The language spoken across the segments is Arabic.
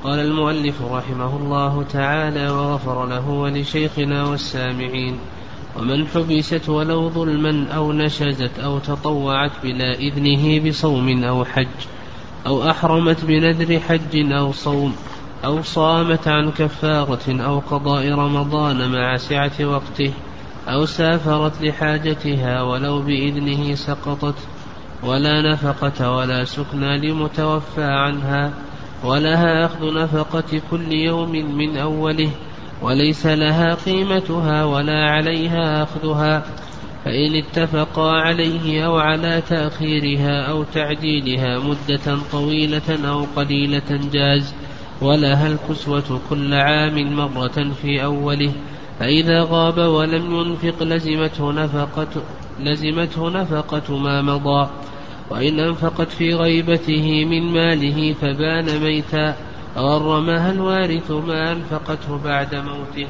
قال المؤلف رحمه الله تعالى وغفر له ولشيخنا والسامعين: ومن حبست ولو ظلما أو نشزت أو تطوعت بلا إذنه بصوم أو حج أو أحرمت بنذر حج أو صوم أو صامت عن كفارة أو قضاء رمضان مع سعة وقته أو سافرت لحاجتها ولو بإذنه سقطت، ولا نفقة ولا سكنى لمتوفى عنها، ولها أخذ نفقة كل يوم من أوله، وليس لها قيمتها ولا عليها أخذها، فإن اتفقا عليه أو على تأخيرها أو تعجيلها مدة طويلة أو قليلة جاز. ولها الكسوة كل عام مرة في أوله، فإذا غاب ولم ينفق لزمته نفقة ما مضى، وإن أنفقت في غيبته من ماله فبان ميتا غرمها الوارث ما أنفقته بعد موته.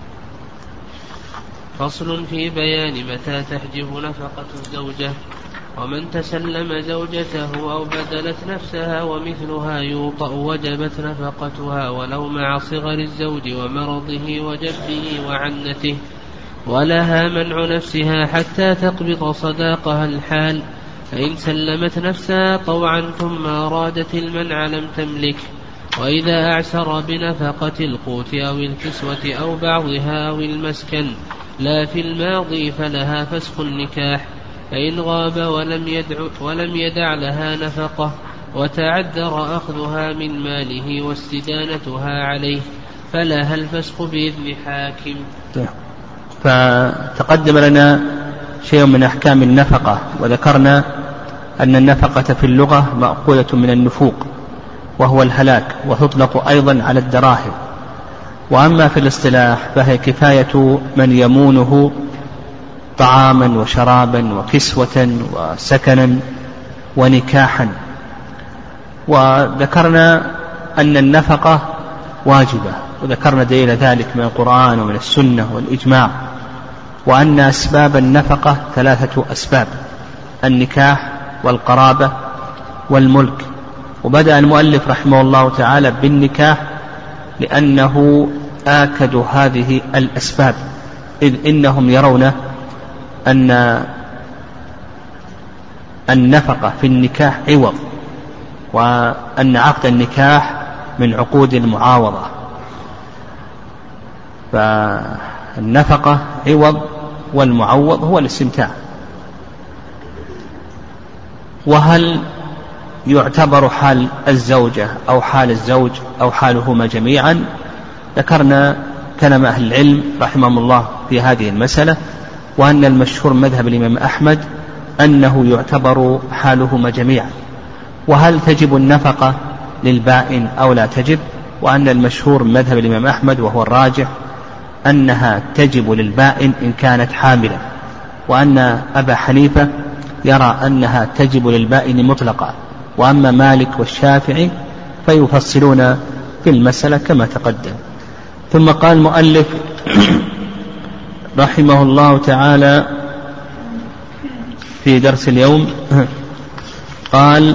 فصل في بيان متى تحجب نفقة الزوجة. ومن تسلم زوجته أو بدلت نفسها ومثلها يوطأ وجبت نفقتها ولو مع صغر الزوج ومرضه وجده وعنته، ولها منع نفسها حتى تقبض صداقها الحال، فإن سلمت نفسها طوعا ثم أرادت المنع لم تملك. وإذا أعسر بنفقة القوت أو الكسوة أو بعضها أو المسكن لا في الماضي فلها فسخ النكاح، فإن غاب ولم يدع لها نفقة وتعذر أخذها من ماله واستدانتها عليه فلها الفسخ بإذن حاكم. فتقدم لنا شيء من أحكام النفقة، وذكرنا أن النفقة في اللغة مأخوذة من النفوق وهو الهلاك، وتطلق أيضا على الدراهم. وأما في الاصطلاح فهي كفاية من يمونه طعاما وشرابا وكسوة وسكنا ونكاحا. وذكرنا أن النفقة واجبة، وذكرنا دليل ذلك من القرآن ومن السنة والإجماع، وأن أسباب النفقة 3 أسباب: النكاح والقرابة والملك. وبدأ المؤلف رحمه الله تعالى بالنكاح لأنه آكد هذه الأسباب، إذ إنهم يرون أن النفقة في النكاح عوض، وأن عقد النكاح من عقود المعاوضة، فالنفقة عوض والمعوض هو الاستمتاع. وهل يعتبر حال الزوجة أو حال الزوج أو حالهما جميعا؟ ذكرنا كلام أهل العلم رحمهم الله في هذه المسألة، وأن المشهور مذهب الإمام أحمد أنه يعتبر حالهما جميعا. وهل تجب النفقة للبائن أو لا تجب؟ وأن المشهور مذهب الإمام أحمد وهو الراجح أنها تجب للبائن إن كانت حاملا، وأن أبا حنيفة يرى أنها تجب للبائن مطلقا، وأما مالك والشافعي فيفصلون في المسألة كما تقدم. ثم قال المؤلف رحمه الله تعالى في درس اليوم، قال: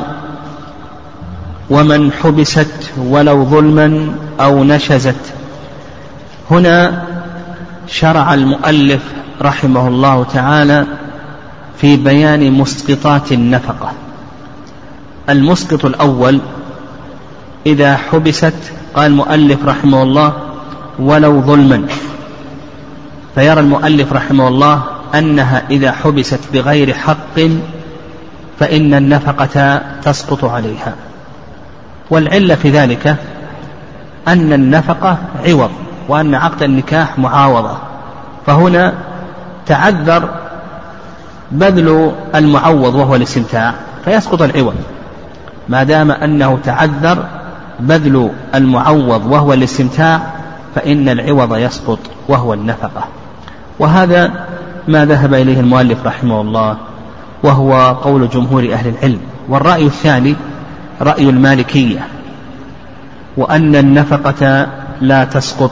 ومن حبست ولو ظلما أو نشزت. هنا شرع المؤلف رحمه الله تعالى في بيان مسقطات النفقة. المسقط الأول إذا حبست، قال المؤلف رحمه الله ولو ظلما، فيرى المؤلف رحمه الله أنها إذا حبست بغير حق فإن النفقة تسقط عليها. والعلة في ذلك أن النفقة عوض، وأن عقد النكاح معاوضة، فهنا تعذر بذل المعوض وهو الاستمتاع فيسقط العوض، ما دام أنه تعذر بذل المعوض وهو الاستمتاع فإن العوض يسقط وهو النفقة. وهذا ما ذهب إليه المؤلف رحمه الله، وهو قول جمهور أهل العلم. والرأي الثاني رأي المالكية، وأن النفقة لا تسقط،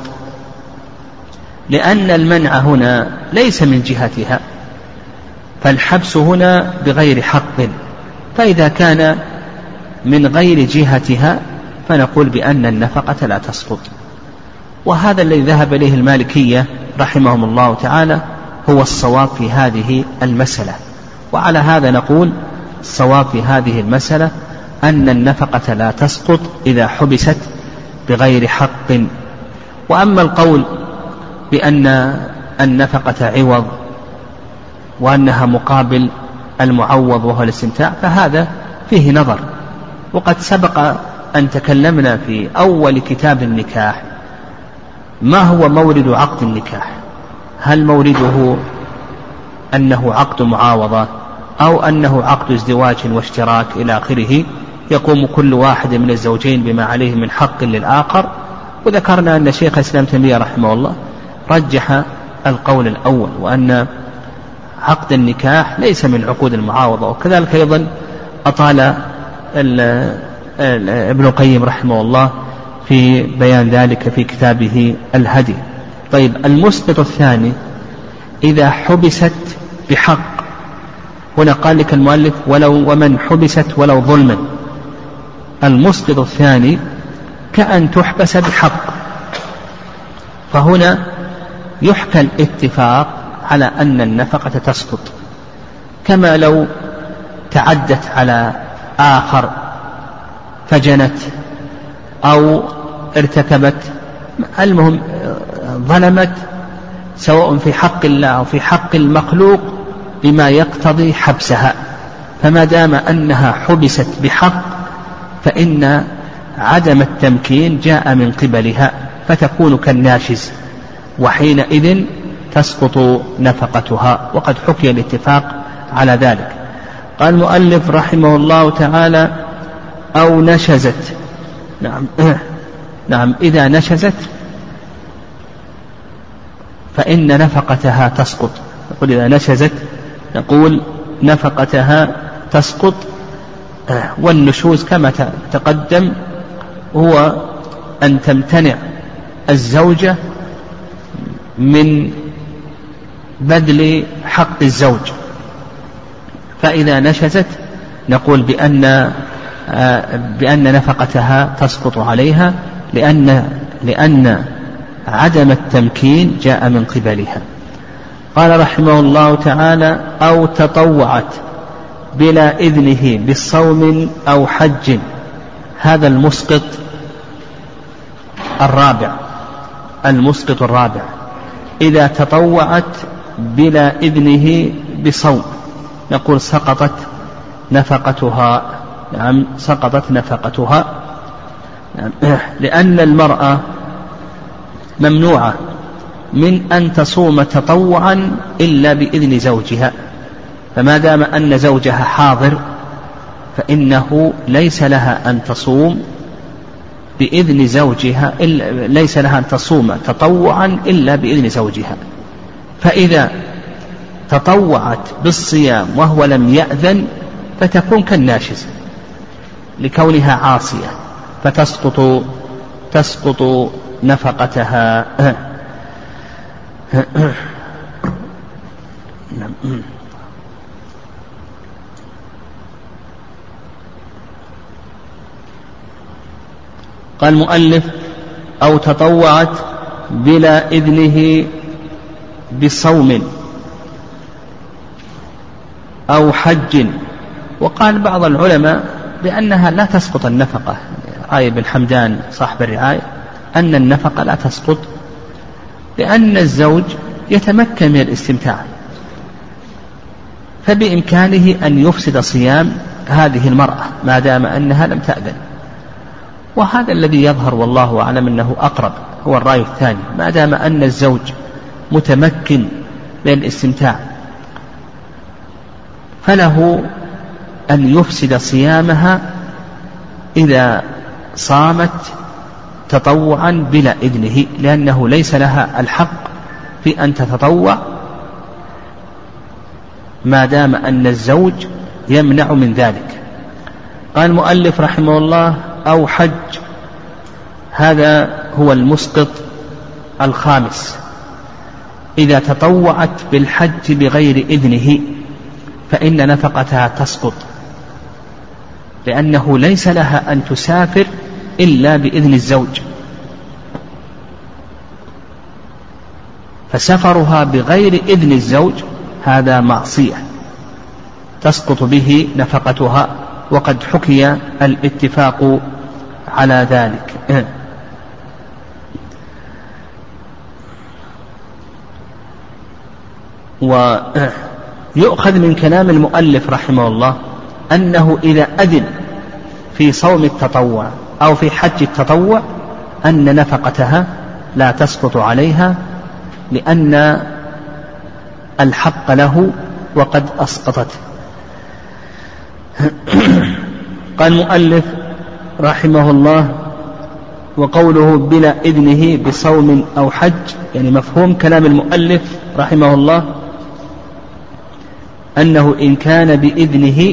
لأن المنع هنا ليس من جهتها، فالحبس هنا بغير حق، فإذا كان من غير جهتها فنقول بأن النفقة لا تسقط. وهذا الذي ذهب إليه المالكية رحمهم الله تعالى هو الصواب في هذه المسألة. وعلى هذا نقول الصواب في هذه المسألة أن النفقة لا تسقط إذا حبست بغير حق. وأما القول بأن النفقة عوض وأنها مقابل المعوض وهو الاستمتاع فهذا فيه نظر. وقد سبق أن تكلمنا في أول كتاب النكاح ما هو مورد عقد النكاح، هل مورده أنه عقد معاوضة أو أنه عقد ازدواج واشتراك إلى آخره، يقوم كل واحد من الزوجين بما عليه من حق للآخر. وذكرنا أن شيخ الإسلام تيمية رحمه الله رجح القول الأول وأن عقد النكاح ليس من عقود المعاوضة. وكذلك أيضا أطال ابن القيم رحمه الله في بيان ذلك في كتابه الهدي. طيب، المسقط الثاني إذا حبست بحق، هنا قال لك المؤلف ومن حبست ولو ظلما. المسقط الثاني كأن تحبس بحق، فهنا يحكى الاتفاق على أن النفقة تسقط، كما لو تعدت على آخر فجنت أو ارتكبت، المهم ظلمت سواء في حق الله أو في حق المخلوق بما يقتضي حبسها. فما دام أنها حبست بحق فإن عدم التمكين جاء من قبلها فتكون كالناشز، وحينئذ تسقط نفقتها. وقد حكي الاتفاق على ذلك. قال المؤلف رحمه الله تعالى أو نشزت. نعم إذا نشزت فإن نفقتها تسقط. نقول إذا نشزت نقول نفقتها تسقط. والنشوز كما تقدم هو أن تمتنع الزوجة من بذل حق الزوج. فإذا نشزت نقول بأن نفقتها تسقط عليها لأن عدم التمكين جاء من قبلها. قال رحمه الله تعالى أو تطوعت بلا إذنه بالصوم أو حج. هذا المسقط الرابع. المسقط الرابع إذا تطوعت بلا إذنه بصوم نقول سقطت نفقتها. نعم سقطت نفقتها، لأن المرأة ممنوعة من أن تصوم تطوعا إلا بإذن زوجها. فما دام أن زوجها حاضر فإنه ليس لها أن تصوم بإذن زوجها، ليس لها أن تصوم تطوعا إلا بإذن زوجها. فإذا تطوعت بالصيام وهو لم يأذن فتكون كالناشز لكونها عاصية، فتسقط نفقتها. قال المؤلف أو تطوعت بلا إذنه بصوم أو حج. وقال بعض العلماء بأنها لا تسقط النفقة، رأي بن حمدان صاحب الرعاية أن النفقة لا تسقط، لأن الزوج يتمكن من الاستمتاع، فبإمكانه أن يفسد صيام هذه المرأة ما دام أنها لم تأذن. وهذا الذي يظهر والله أعلم أنه أقرب، هو الرأي الثاني، ما دام أن الزوج متمكن من الاستمتاع فله أن يفسد صيامها إذا صامت تطوعا بلا إذنه، لأنه ليس لها الحق في أن تتطوع ما دام أن الزوج يمنع من ذلك. قال المؤلف رحمه الله أو حج. هذا هو المسقط الخامس. إذا تطوعت بالحج بغير إذنه فإن نفقتها تسقط، لأنه ليس لها أن تسافر إلا بإذن الزوج، فسفرها بغير إذن الزوج هذا معصية تسقط به نفقتها، وقد حكي الاتفاق على ذلك. ويؤخذ من كلام المؤلف رحمه الله أنه إذا أذن في صوم التطوع أو في حج التطوع أن نفقتها لا تسقط عليها، لأن الحق له وقد أسقطته. قال المؤلف رحمه الله: وقوله بلا إذنه بصوم أو حج، يعني مفهوم كلام المؤلف رحمه الله أنه إن كان بإذنه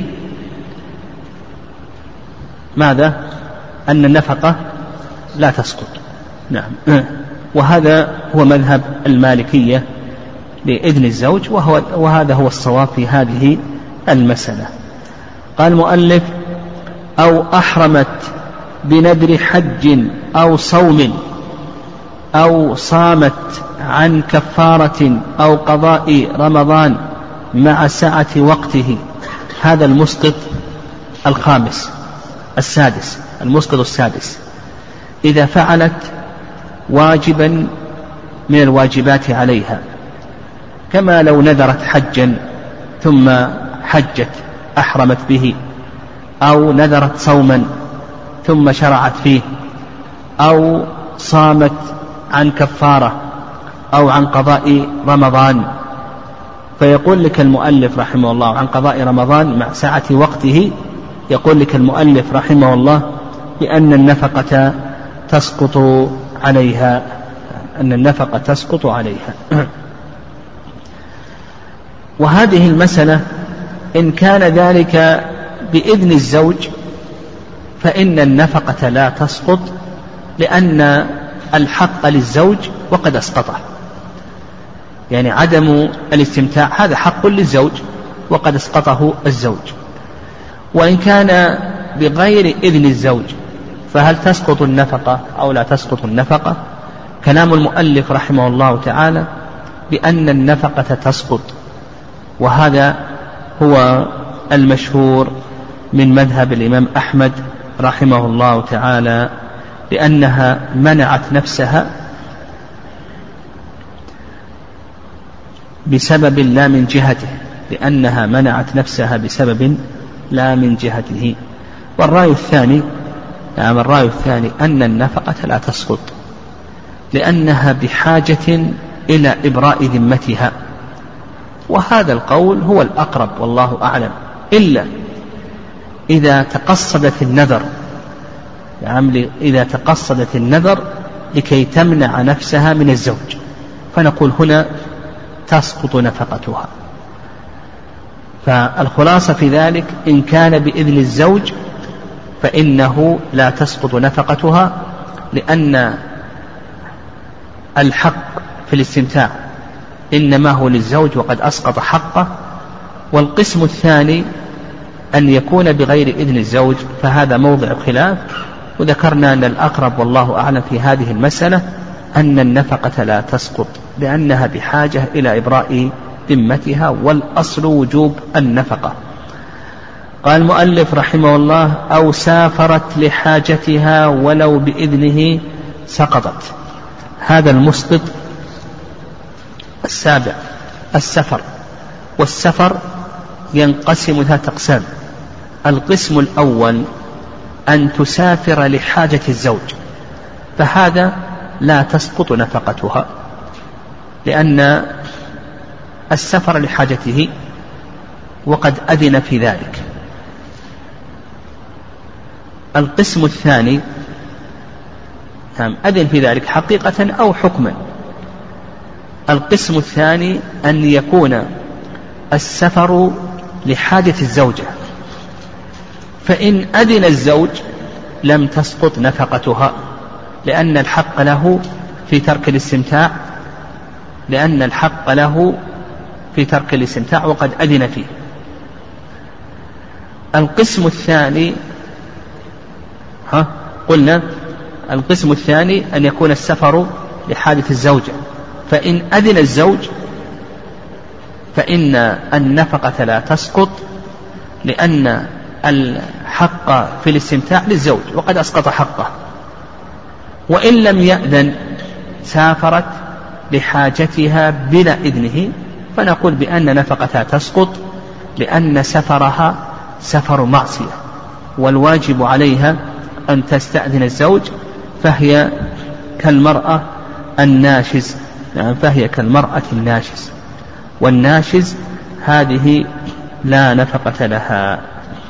ماذا؟ أن النفقة لا تسقط. نعم، وهذا هو مذهب المالكية بإذن الزوج، وهذا هو الصواب في هذه المسألة. قال المؤلف: أو أحرمت بنذر حج أو صوم أو صامت عن كفارة أو قضاء رمضان مع سعة وقته. هذا المسقط المسقط السادس، إذا فعلت واجبا من الواجبات عليها، كما لو نذرت حجا ثم حجت أحرمت به، أو نذرت صوما ثم شرعت فيه، أو صامت عن كفارة أو عن قضاء رمضان. فيقول لك المؤلف رحمه الله عن قضاء رمضان مع سعة وقته، يقول لك المؤلف رحمه الله بأن النفقة تسقط عليها، وهذه المسألة إن كان ذلك بإذن الزوج فإن النفقة لا تسقط، لأن الحق للزوج وقد أسقطه، يعني عدم الاستمتاع هذا حق للزوج وقد أسقطه الزوج. وإن كان بغير إذن الزوج فهل تسقط النفقة أو لا تسقط النفقة؟ كلام المؤلف رحمه الله تعالى بأن النفقة تسقط، وهذا هو المشهور من مذهب الإمام أحمد رحمه الله تعالى، لأنها منعت نفسها بسبب لا من جهته، لا من جهته. والرأي الثاني أن النفقة لا تسقط، لأنها بحاجة إلى إبراء ذمتها، وهذا القول هو الأقرب والله أعلم، إلا إذا تقصدت النذر لكي تمنع نفسها من الزوج، فنقول هنا تسقط نفقتها. فالخلاصة في ذلك إن كان بإذن الزوج فإنه لا تسقط نفقتها، لأن الحق في الاستمتاع إنما هو للزوج وقد أسقط حقه. والقسم الثاني أن يكون بغير إذن الزوج، فهذا موضع خلاف، وذكرنا أن الأقرب والله أعلم في هذه المسألة أن النفقة لا تسقط، لأنها بحاجة إلى إبراء ذمتها، والأصل وجوب النفقة. قال المؤلف رحمه الله: أو سافرت لحاجتها ولو بإذنه سقطت. هذا المسقط السابع السفر، والسفر ينقسم ثلاثة أقسام. القسم الأول أن تسافر لحاجة الزوج، فهذا لا تسقط نفقتها، لأن السفر لحاجته وقد أذن في ذلك. القسم الثاني أذن في ذلك حقيقة أو حكما. القسم الثاني أن يكون السفر لحاجة الزوجة، فإن أذن الزوج لم تسقط نفقتها، لأن الحق له في ترك الاستمتاع وقد أذن فيه. القسم الثاني قلنا القسم الثاني أن يكون السفر لحاجة الزوجة، فإن أذن الزوج فإن النفقة لا تسقط، لأن الحق في الاستمتاع للزوج وقد أسقط حقه. وإن لم يأذن سافرت لحاجتها بلا إذنه، فنقول بأن نفقتها تسقط، لأن سفرها سفر معصية، والواجب عليها أن تستأذن الزوج، فهي كالمرأة الناشز، فهي كالمرأة الناشز، والناشز هذه لا نفقة لها.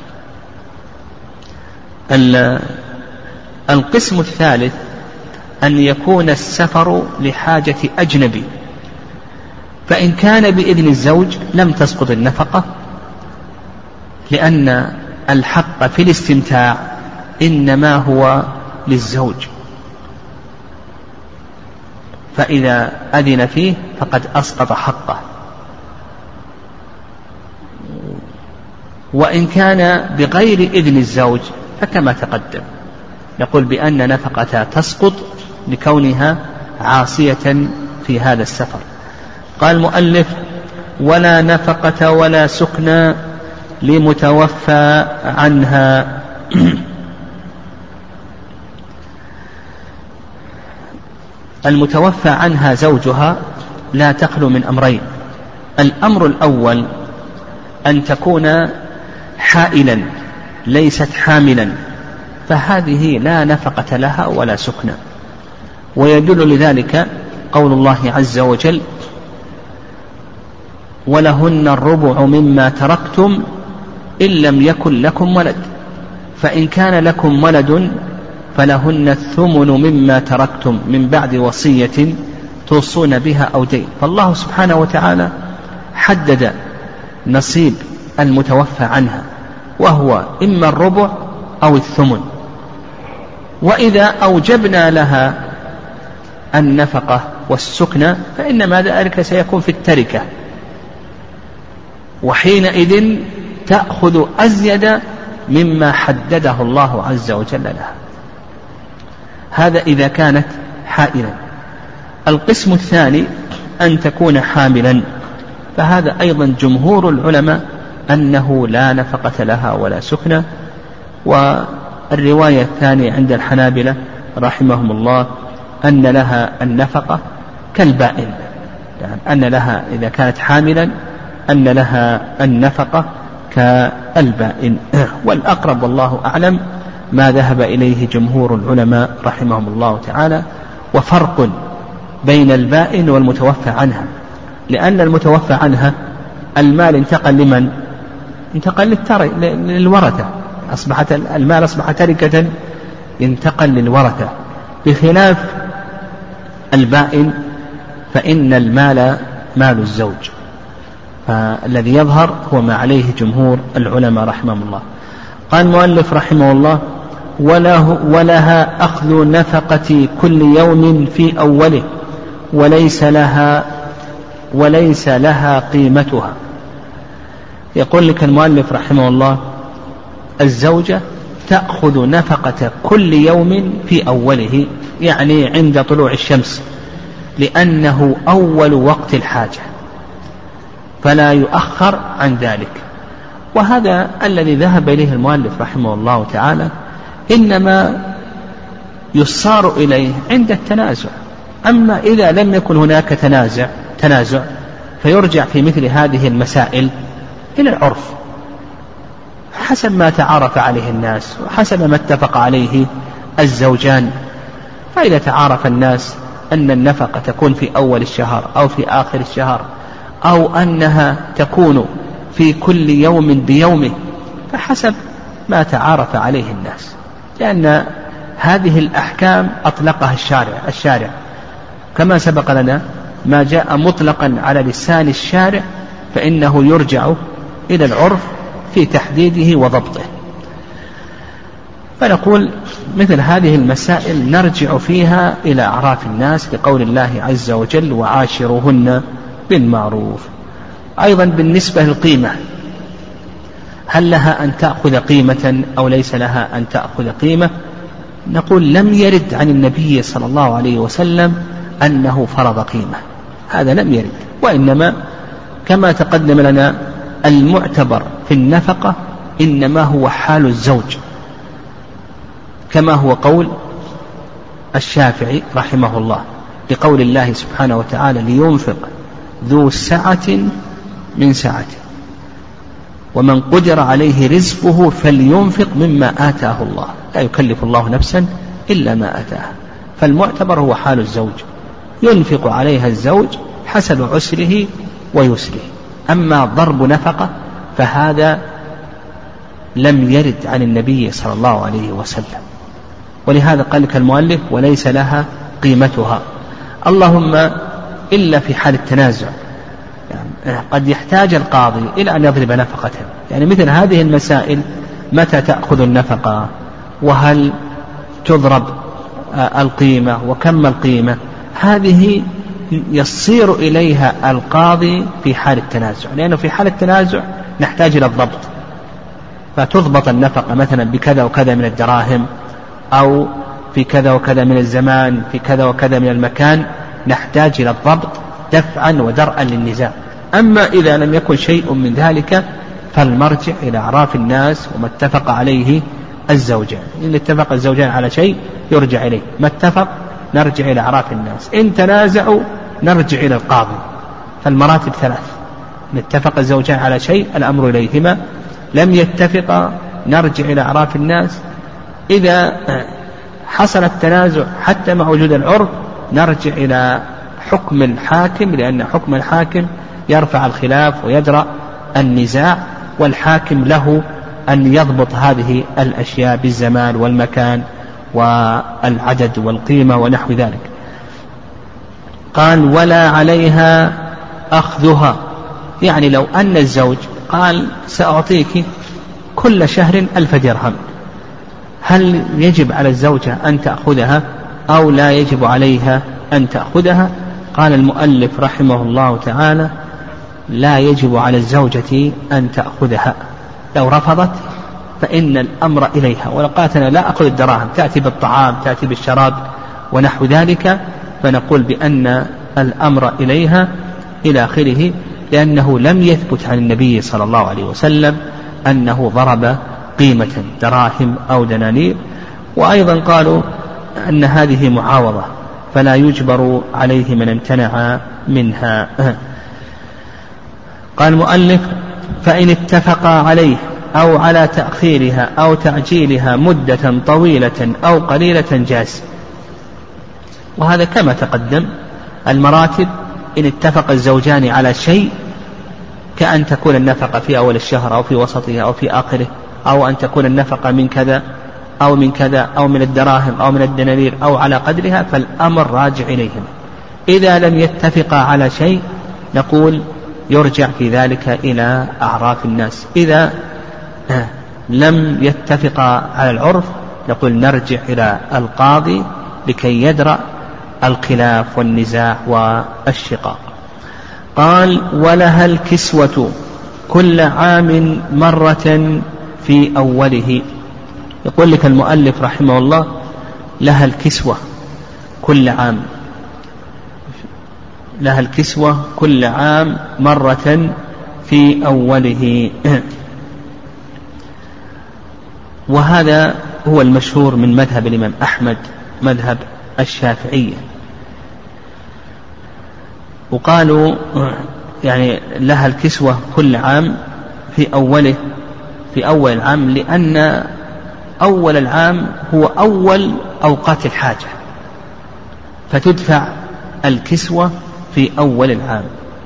القسم الثالث أن يكون السفر لحاجة أجنبي، فإن كان بإذن الزوج لم تسقط النفقة، لأن الحق في الاستمتاع إنما هو للزوج، فإذا أذن فيه فقد أسقط حقه. وإن كان بغير إذن الزوج فكما تقدم، نقول بأن نفقتها تسقط لكونها عاصية في هذا السفر. قال المؤلف: ولا نفقة ولا سكنى لمتوفى عنها. المتوفى عنها زوجها لا تخلو من أمرين: الأمر الأول أن تكون حائلا ليست حاملا، فهذه لا نفقة لها ولا سكنى. ويدل لذلك قول الله عز وجل: ولهن الربع مما تركتم إن لم يكن لكم ولد، فإن كان لكم ولد فلهن الثمن مما تركتم من بعد وصية توصون بها أو دين. فالله سبحانه وتعالى حدد نصيب المتوفى عنها، وهو إما الربع أو الثمن. وإذا أوجبنا لها النفقة والسكنى فإنما ذلك سيكون في التركة، وحينئذ تأخذ أزيد مما حدده الله عز وجل لها. هذا إذا كانت حائلا. القسم الثاني أن تكون حاملا، فهذا أيضا جمهور العلماء أنه لا نفقة لها ولا سكنى. والرواية الثانية عند الحنابلة رحمهم الله أن لها النفقة كالبائن، يعني أن لها إذا كانت حاملا أن لها النفقة كالبائن. والأقرب والله أعلم ما ذهب إليه جمهور العلماء رحمهم الله تعالى. وفرق بين البائن والمتوفى عنها، لأن المتوفى عنها المال انتقل لمن؟ انتقل للورثة، المال أصبح تركة ينتقل للورثة، بخلاف البائن فإن المال مال الزوج. فالذي يظهر هو ما عليه جمهور العلماء رحمهم الله. قال المؤلف رحمه الله: ولها أخذ نفقة كل يوم في أوله وليس لها قيمتها. يقول لك المؤلف رحمه الله: الزوجة تأخذ نفقة كل يوم في أوله، يعني عند طلوع الشمس، لأنه أول وقت الحاجة، فلا يؤخر عن ذلك. وهذا الذي ذهب إليه المؤلف رحمه الله تعالى، إنما يصار إليه عند التنازع. أما إذا لم يكن هناك تنازع فيرجع في مثل هذه المسائل إلى العرف حسب ما تعارف عليه الناس وحسب ما اتفق عليه الزوجان. فإذا تعارف الناس أن النفقة تكون في أول الشهر أو في آخر الشهر، أو أنها تكون في كل يوم بيومه، فحسب ما تعارف عليه الناس، لأن هذه الأحكام أطلقها الشارع كما سبق لنا. ما جاء مطلقا على لسان الشارع فإنه يرجع إلى العرف في تحديده وضبطه. فنقول مثل هذه المسائل نرجع فيها إلى أعراف الناس، لقول الله عز وجل: وعاشروهن بالمعروف. أيضا بالنسبة للقيمة، هل لها أن تأخذ قيمة أو ليس لها أن تأخذ قيمة؟ نقول لم يرد عن النبي صلى الله عليه وسلم أنه فرض قيمة، هذا لم يرد، وإنما كما تقدم لنا المعتبر في النفقة إنما هو حال الزوج، كما هو قول الشافعي رحمه الله لقول الله سبحانه وتعالى: لينفق ذو سعة من سعته ومن قدر عليه رزقه فلينفق مما آتاه الله، لا يكلف الله نفسا إلا ما آتاها. فالمعتبر هو حال الزوج، ينفق عليها الزوج حسب عسره ويسره. أما ضرب نفقة فهذا لم يرد عن النبي صلى الله عليه وسلم، ولهذا قال لك المؤلف: وليس لها قيمتها، اللهم إلا في حال التنازع، يعني قد يحتاج القاضي إلى أن يضرب نفقة، يعني مثل هذه المسائل: متى تأخذ النفقة، وهل تضرب القيمة، وكم القيمة، هذه يصير إليها القاضي في حال التنازع، لأنه في حال التنازع نحتاج إلى الضبط، فتضبط النفقة مثلا بكذا وكذا من الدراهم، أو في كذا وكذا من الزمان، في كذا وكذا من المكان، نحتاج إلى الضبط دفعا ودرءا للنزاع. أما إذا لم يكن شيء من ذلك فالمرجع إلى أعراف الناس وما اتفق عليه الزوجان. إن اتفق الزوجان على شيء يرجع إليه، ما اتفق نرجع إلى أعراف الناس، إن تنازعوا نرجع إلى القاضي. فالمراتب ثلاث: إن اتفق الزوجان على شيء الأمر إليهما، لم يتفق نرجع إلى أعراف الناس، إذا حصل التنازع حتى مع وجود العرف نرجع إلى حكم الحاكم، لأن حكم الحاكم يرفع الخلاف ويدرأ النزاع، والحاكم له أن يضبط هذه الأشياء بالزمان والمكان والعدد والقيمة ونحو ذلك. قال: ولا عليها أخذها، يعني لو أن الزوج قال: سأعطيك كل شهر 1000 درهم، هل يجب على الزوجة أن تأخذها أو لا يجب عليها أن تأخذها؟ قال المؤلف رحمه الله تعالى: لا يجب على الزوجة أن تأخذها، لو رفضت فإن الأمر إليها، ولو قالت أنا لا أخذ الدراهم، تأتي بالطعام، تأتي بالشراب ونحو ذلك، فنقول بأن الأمر إليها إلى آخره، لأنه لم يثبت عن النبي صلى الله عليه وسلم أنه ضرب قيمة دراهم أو دنانير. وأيضا قالوا أن هذه معاوضة فلا يجبر عليه من امتنع منها. قال المؤلف: فإن اتفقا عليه أو على تأخيرها أو تعجيلها مدة طويلة أو قليلة جاز. وهذا كما تقدم المراتب: إن اتفق الزوجان على شيء، كأن تكون النفقة في أول الشهر أو في وسطه أو في آخره، أو أن تكون النفقة من كذا أو من كذا أو من الدراهم أو من الدنانير أو على قدرها، فالأمر راجع إليهم. إذا لم يتفقا على شيء نقول يرجع في ذلك إلى أعراف الناس. إذا لم يتفقا على العرف نقول نرجع إلى القاضي لكي يدرأ الخلاف والنزاع والشقاق. قال: ولها الكسوة كل عام مرة في أوله. يقول لك المؤلف رحمه الله: لها الكسوة كل عام، لها الكسوة كل عام مرة في أوله. وهذا هو المشهور من مذهب الإمام أحمد، مذهب الشافعية. وقالوا يعني لها الكسوة كل عام في أوله، في أول العام، لأن أول العام هو أول أوقات الحاجة، فتدفع الكسوة في أول العام.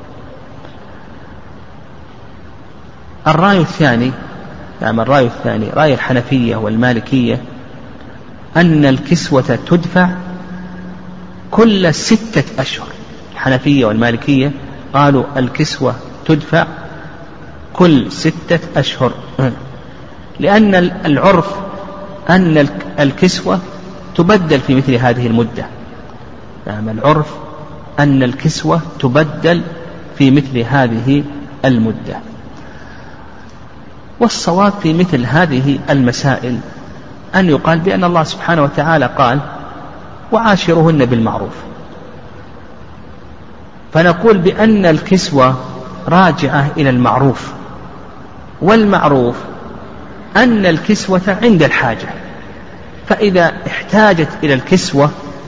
الرأي الثاني، نعم الرأي الثاني رأي الحنفية والمالكية، أن الكسوة تدفع كل 6 أشهر. الحنفية والمالكية قالوا الكسوة تدفع كل 6 أشهر، لأن العرف أن الكسوة تبدل في مثل هذه المدة. نعم العرف أن الكسوة تبدل في مثل هذه المدة. والصواب في مثل هذه المسائل أن يقال بأن الله سبحانه وتعالى قال وعاشرهن بالمعروف، فنقول بأن الكسوة راجعة إلى المعروف، والمعروف أن الكسوة عند الحاجة، فإذا احتاجت إلى الكسوة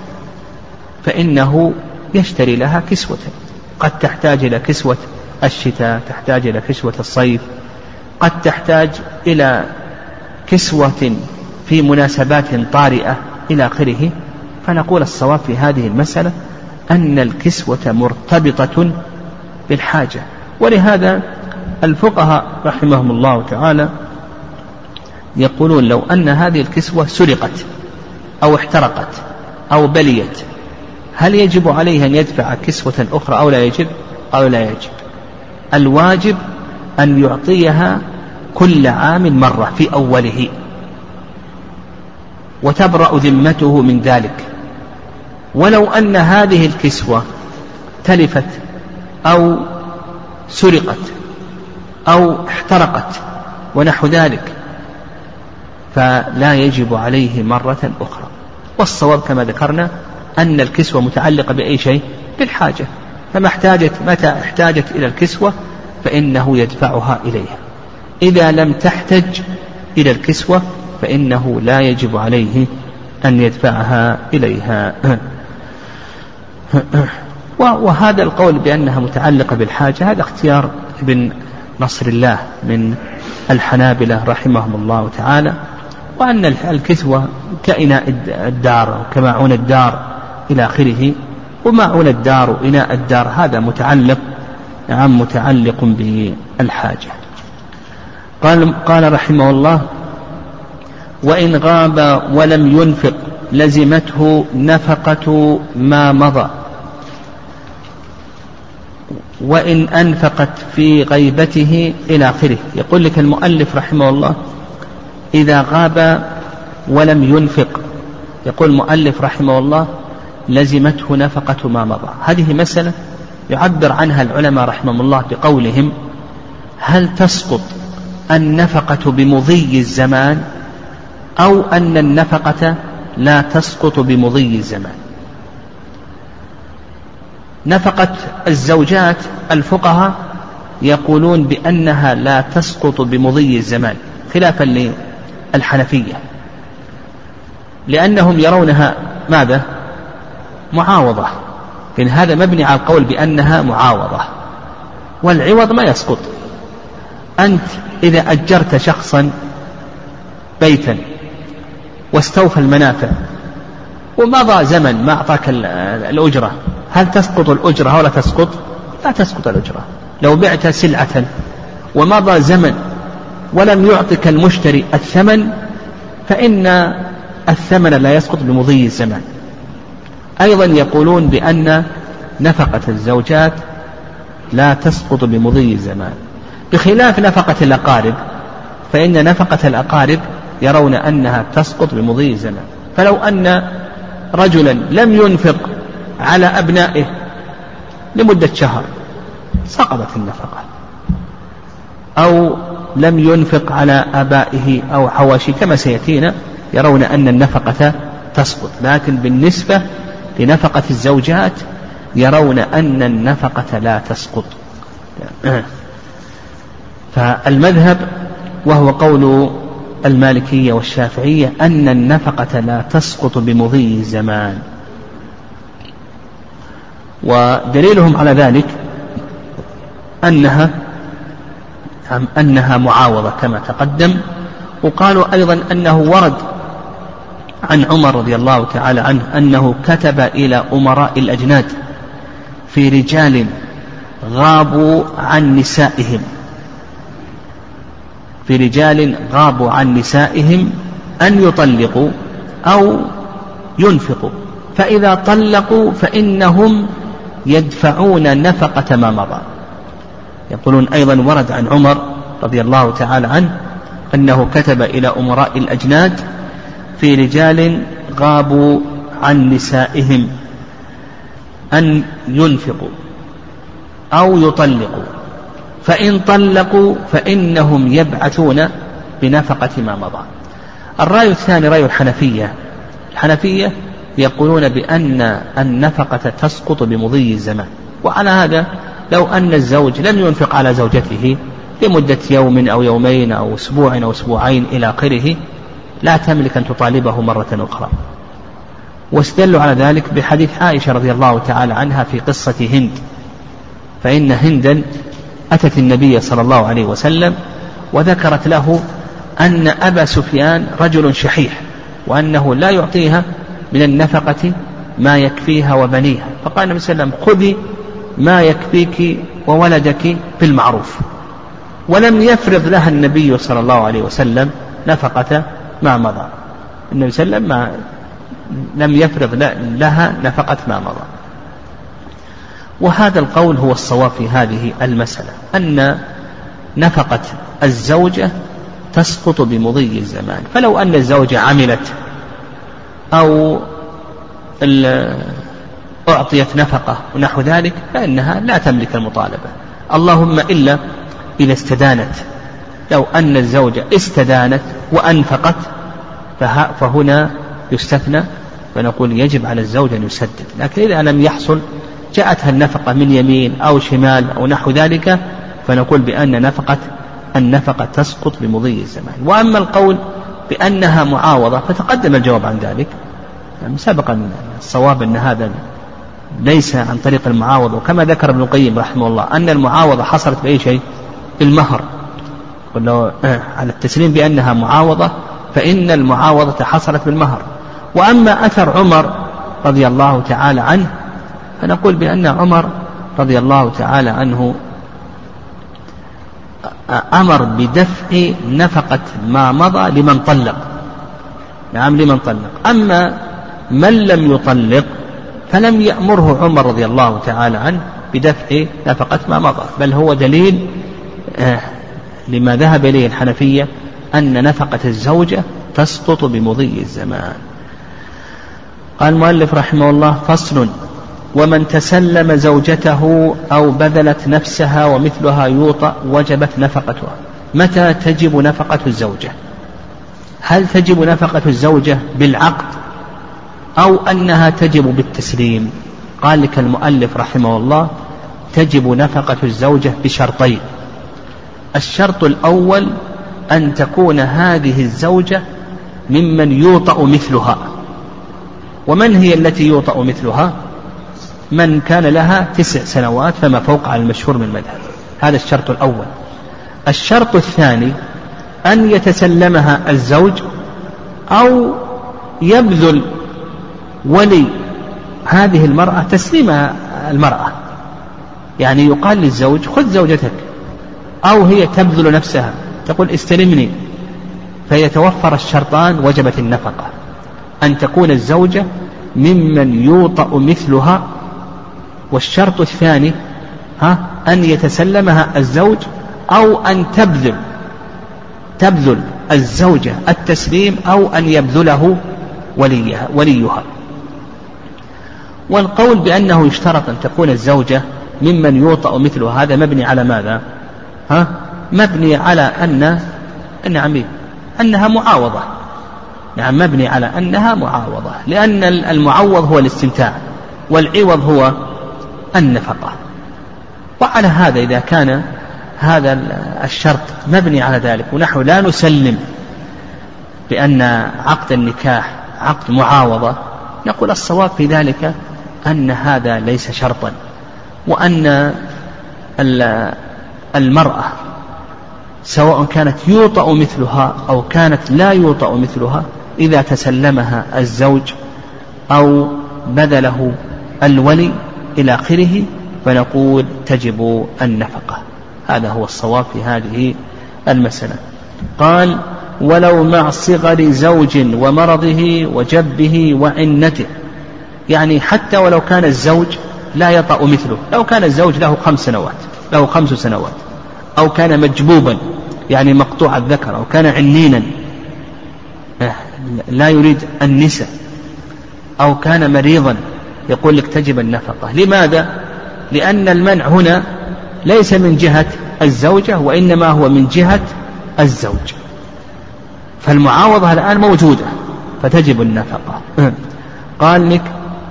فإنه يشتري لها كسوة، قد تحتاج إلى كسوة الشتاء، تحتاج إلى كسوة الصيف، قد تحتاج إلى كسوة في مناسبات طارئة إلى آخره. فنقول الصواب في هذه المسألة أن الكسوة مرتبطة بالحاجة. ولهذا الفقهاء رحمهم الله تعالى يقولون لو أن هذه الكسوة سرقت أو احترقت أو بليت هل يجب عليه أن يدفع كسوة أخرى أو لا يجب؟ أو لا يجب. الواجب أن يعطيها كل عام مرة في أوله وتبرأ ذمته من ذلك. ولو أن هذه الكسوة تلفت أو سرقت أو احترقت ونحو ذلك فلا يجب عليه مرة أخرى. والصواب كما ذكرنا أن الكسوة متعلقة بأي شيء؟ بالحاجة، متى احتاجت إلى الكسوة فإنه يدفعها إليها. إذا لم تحتج إلى الكسوة فإنه لا يجب عليه أن يدفعها إليها. وهذا القول بأنها متعلقة بالحاجة هذا اختيار ابن نصر الله من الحنابلة رحمهم الله تعالى، وأن الكسوة كإناء الدار وكماعون الدار إلى آخره، وماعون الدار وإناء الدار هذا متعلق بالحاجة. قال رحمه الله وإن غاب ولم ينفق لزمته نفقة ما مضى، وإن أنفقت في غيبته إلى آخره. يقول لك المؤلف رحمه الله إذا غاب ولم ينفق، يقول المؤلف رحمه الله لزمته نفقة ما مضى. هذه مسألة يعبر عنها العلماء رحمهم الله بقولهم هل تسقط النفقة بمضي الزمان أو أن النفقة لا تسقط بمضي الزمان. نفقة الزوجات الفقهاء يقولون بأنها لا تسقط بمضي الزمان خلافا للحنفية، لأنهم يرونها ماذا؟ معاوضة، لأن هذا مبني على القول بأنها معاوضة، والعوض ما يسقط. أنت إذا أجرت شخصا بيتا واستوفى المنافع ومضى زمن ما أعطاك الأجرة، هل تسقط الأجرة ولا تسقط؟ لا تسقط الأجرة. لو بعت سلعة ومضى زمن ولم يعطك المشتري الثمن فإن الثمن لا يسقط بمضي الزمان. أيضا يقولون بأن نفقة الزوجات لا تسقط بمضي الزمان، بخلاف نفقة الأقارب، فإن نفقة الأقارب يرون أنها تسقط بمضي الزمان. فلو أن رجلا لم ينفق على أبنائه لمدة شهر سقطت النفقة، أو لم ينفق على آبائه أو حواشي كما سيأتينا يرون أن النفقة تسقط. لكن بالنسبة لنفقة الزوجات يرون أن النفقة لا تسقط. فالمذهب وهو قول المالكية والشافعية أن النفقة لا تسقط بمضي الزمان. ودليلهم على ذلك أنها معاوضة كما تقدم. وقالوا أيضا أنه ورد عن عمر رضي الله تعالى عنه أنه كتب إلى أمراء الأجناد في رجال غابوا عن نسائهم أن يطلقوا أو ينفقوا، فإذا طلقوا فإنهم يدفعون نفقة ما مضى. يقولون أيضا ورد عن عمر رضي الله تعالى عنه أنه كتب إلى أمراء الأجناد في رجال غابوا عن نسائهم أن ينفقوا أو يطلقوا، فإن طلقوا فإنهم يبعثون بنفقة ما مضى. الرأي الثاني رأي الحنفية. الحنفية يقولون بأن النفقة تسقط بمضي الزمان، وعلى هذا لو أن الزوج لم ينفق على زوجته لمدة يوم أو يومين أو أسبوع أو أسبوعين إلى آخره لا تملك أن تطالبه مرة أخرى. واستدلوا على ذلك بحديث عائشة رضي الله تعالى عنها في قصة هند، فإن هندا أتت النبي صلى الله عليه وسلم وذكرت له أن أبا سفيان رجل شحيح وأنه لا يعطيها من النفقة ما يكفيها وبنيها، فقال النبي صلى الله عليه وسلم خذي ما يكفيك وولدك بالمعروف. ولم يفرض لها النبي صلى الله عليه وسلم نفقة ما مضى، النبي صلى الله عليه وسلم لم يفرض لها نفقة ما مضى. وهذا القول هو الصواب في هذه المسألة، أن نفقة الزوجة تسقط بمضي الزمان. فلو أن الزوجة عملت أو أعطيت نفقة ونحو ذلك فإنها لا تملك المطالبة، اللهم إلا إذا استدانت. لو أن الزوجة استدانت وأنفقت فهنا يستثنى، فنقول يجب على الزوج أن يسدد. لكن إذا لم يحصل جاءتها النفقة من يمين أو شمال أو نحو ذلك فنقول بأن النفقة تسقط بمضي الزمان. وأما القول بأنها معاوضة فتقدم الجواب عن ذلك سبقا. الصواب أن هذا ليس عن طريق المعاوضة، وكما ذكر ابن القيم رحمه الله أن المعاوضة حصلت بأي شيء؟ بالمهر. ولو على التسليم بأنها معاوضة فإن المعاوضة حصلت بالمهر. وأما أثر عمر رضي الله تعالى عنه فنقول بأن عمر رضي الله تعالى عنه أمر بدفع نفقة ما مضى لمن طلق، نعم لمن طلق. أما من لم يطلق فلم يأمره عمر رضي الله تعالى عنه بدفع نفقة ما مضى، بل هو دليل لما ذهب إليه الحنفية أن نفقة الزوجة تسقط بمضي الزمان. قال المؤلف رحمه الله: فصل: ومن تسلم زوجته أو بذلت نفسها ومثلها يوطأ وجبت نفقتها. متى تجب نفقة الزوجة؟ هل تجب نفقة الزوجة بالعقد أو أنها تجب بالتسليم؟ قال لك المؤلف رحمه الله: تجب نفقة الزوجة بشرطين. الشرط الأول أن تكون هذه الزوجة ممن يوطأ مثلها. ومن هي التي يوطأ مثلها؟ من كان لها 9 سنوات فما فوق على المشهور من المذهب. هذا الشرط الأول. الشرط الثاني أن يتسلمها الزوج أو يبذل ولي هذه المرأة تسليمها المرأة، يعني يقال للزوج خذ زوجتك، أو هي تبذل نفسها تقول استلمني، فيتوفر الشرطان وجبت النفقة. أن تكون الزوجة ممن يوطأ مثلها، والشرط الثاني أن يتسلمها الزوج أو أن تبذل الزوجة التسليم أو أن يبذله وليها. والقول بأنه يشترط أن تكون الزوجة ممن يوطأ مثلها هذا مبني على ماذا؟ مبني على أنها معاوضة. نعم، مبني على أنها معاوضة، لأن المعوض هو الاستمتاع والعوض هو النفقة. وعلى هذا إذا كان هذا الشرط مبني على ذلك ونحن لا نسلم بأن عقد النكاح عقد معاوضة، نقول الصواب في ذلك أن هذا ليس شرطا، وأن المرأة سواء كانت يوطأ مثلها أو كانت لا يوطأ مثلها إذا تسلمها الزوج أو بذله الولي إلى آخره فنقول تجب النفقة. هذا هو الصواب في هذه المسألة. قال: ولو مع صغر زوج ومرضه وجبه وعنته. يعني حتى ولو كان الزوج لا يطأ مثله، لو كان الزوج له 5 سنوات أو كان مجبوبا يعني مقطوع الذكر أو كان عنينا لا يريد النساء أو كان مريضا، يقول لك تجب النفقة. لماذا؟ لأن المنع هنا ليس من جهة الزوجة وإنما هو من جهة الزوج. فالمعاوضة الآن موجودة فتجب النفقة. قال لك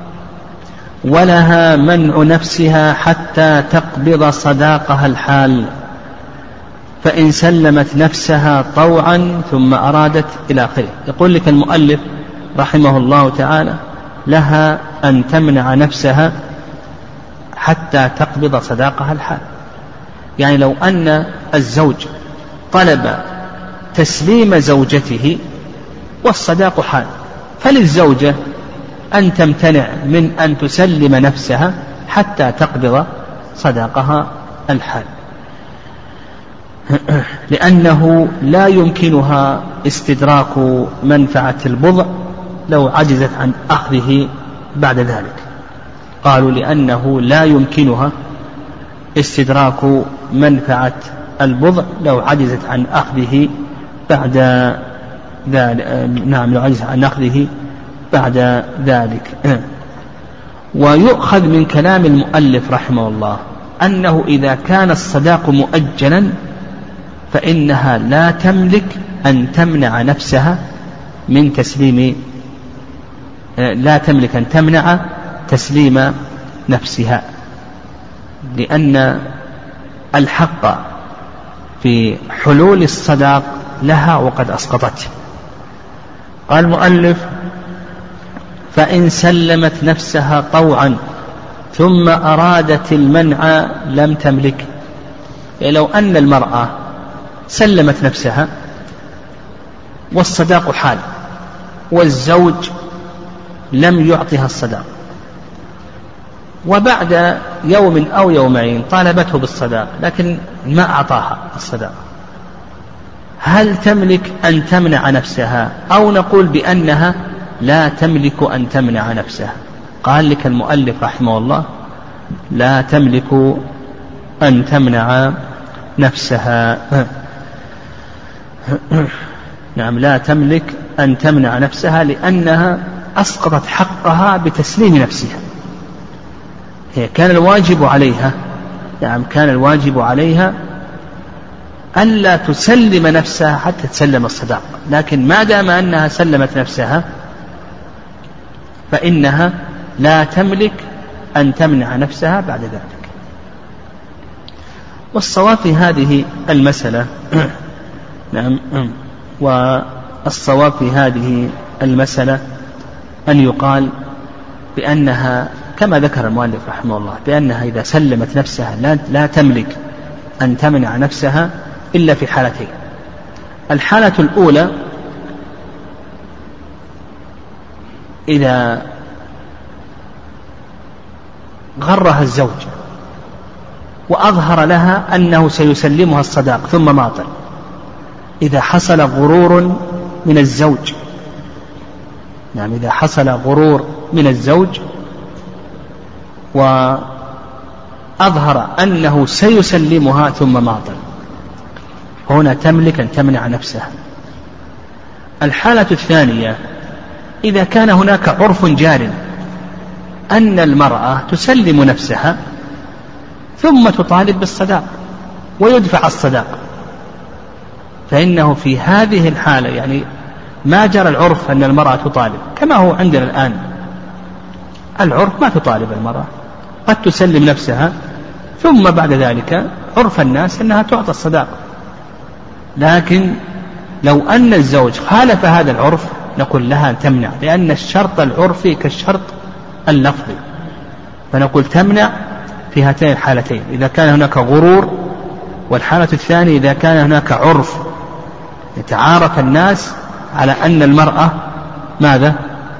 ولها منع نفسها حتى تقبض صداقها الحال، فإن سلمت نفسها طوعا ثم أرادت إلى آخره. يقول لك المؤلف رحمه الله تعالى لها أن تمنع نفسها حتى تقبض صداقها الحال. يعني لو أن الزوج طلب تسليم زوجته والصداق حال، فللزوجة أن تمتنع من أن تسلم نفسها حتى تقبض صداقها الحال، لأنه لا يمكنها استدراك منفعة البضع لو عجزت عن أخذه بعد ذلك. قالوا لأنه لا يمكنها استدراك منفعة البضع لو عجزت عن أخذه بعد ذلك. نعم، لو عجزت عن أخذه بعد ذلك. ويؤخذ من كلام المؤلف رحمه الله أنه إذا كان الصداق مؤجلا فإنها لا تملك أن تمنع نفسها من تسليم، لا تملك أن تمنع تسليم نفسها، لأن الحق في حلول الصداق لها وقد أسقطته. قال المؤلف فإن سلمت نفسها طوعا ثم أرادت المنع لم تملك. يعني لو أن المرأة سلمت نفسها والصداق حال والزوج لم يعطها الصداق، وبعد يوم أو يومين طالبته بالصداق لكن ما أعطاها الصداق، هل تملك أن تمنع نفسها أو نقول بأنها لا تملك أن تمنع نفسها؟ قال لك المؤلف رحمه الله لا تملك أن تمنع نفسها. نعم، لا تملك أن تمنع نفسها لأنها أسقطت حقها بتسليم نفسها. هي كان الواجب عليها، نعم كان الواجب عليها ألا تسلم نفسها حتى تسلم الصداق، لكن ما دام أنها سلمت نفسها فإنها لا تملك أن تمنع نفسها بعد ذلك. والصواب في هذه المسألة نعم، والصواب في هذه المسألة أن يقال بأنها كما ذكر المؤلف رحمه الله بأنها إذا سلمت نفسها لا تملك أن تمنع نفسها إلا في حالتين. الحالة الأولى إذا غرها الزوج وأظهر لها أنه سيسلمها الصداق ثم ماطل، إذا حصل غرور من الزوج، نعم إذا حصل غرور من الزوج وأظهر أنه سيسلمها ثم ماطل، هنا تملك أن تمنع نفسها. الحالة الثانية إذا كان هناك عرف جار أن المرأة تسلم نفسها ثم تطالب بالصداق ويدفع الصداق، فإنه في هذه الحالة يعني ما جرى العرف أن المرأة تطالب كما هو عندنا الآن. العرف ما تطالب المرأة، قد تسلم نفسها ثم بعد ذلك عرف الناس أنها تعطى الصداق، لكن لو أن الزوج خالف هذا العرف نقول لها أن تمنع، لأن الشرط العرفي كالشرط اللفظي، فنقول تمنع في هاتين الحالتين، إذا كان هناك غرور، والحالة الثانية إذا كان هناك عرف يتعارف الناس على أن المرأة ماذا؟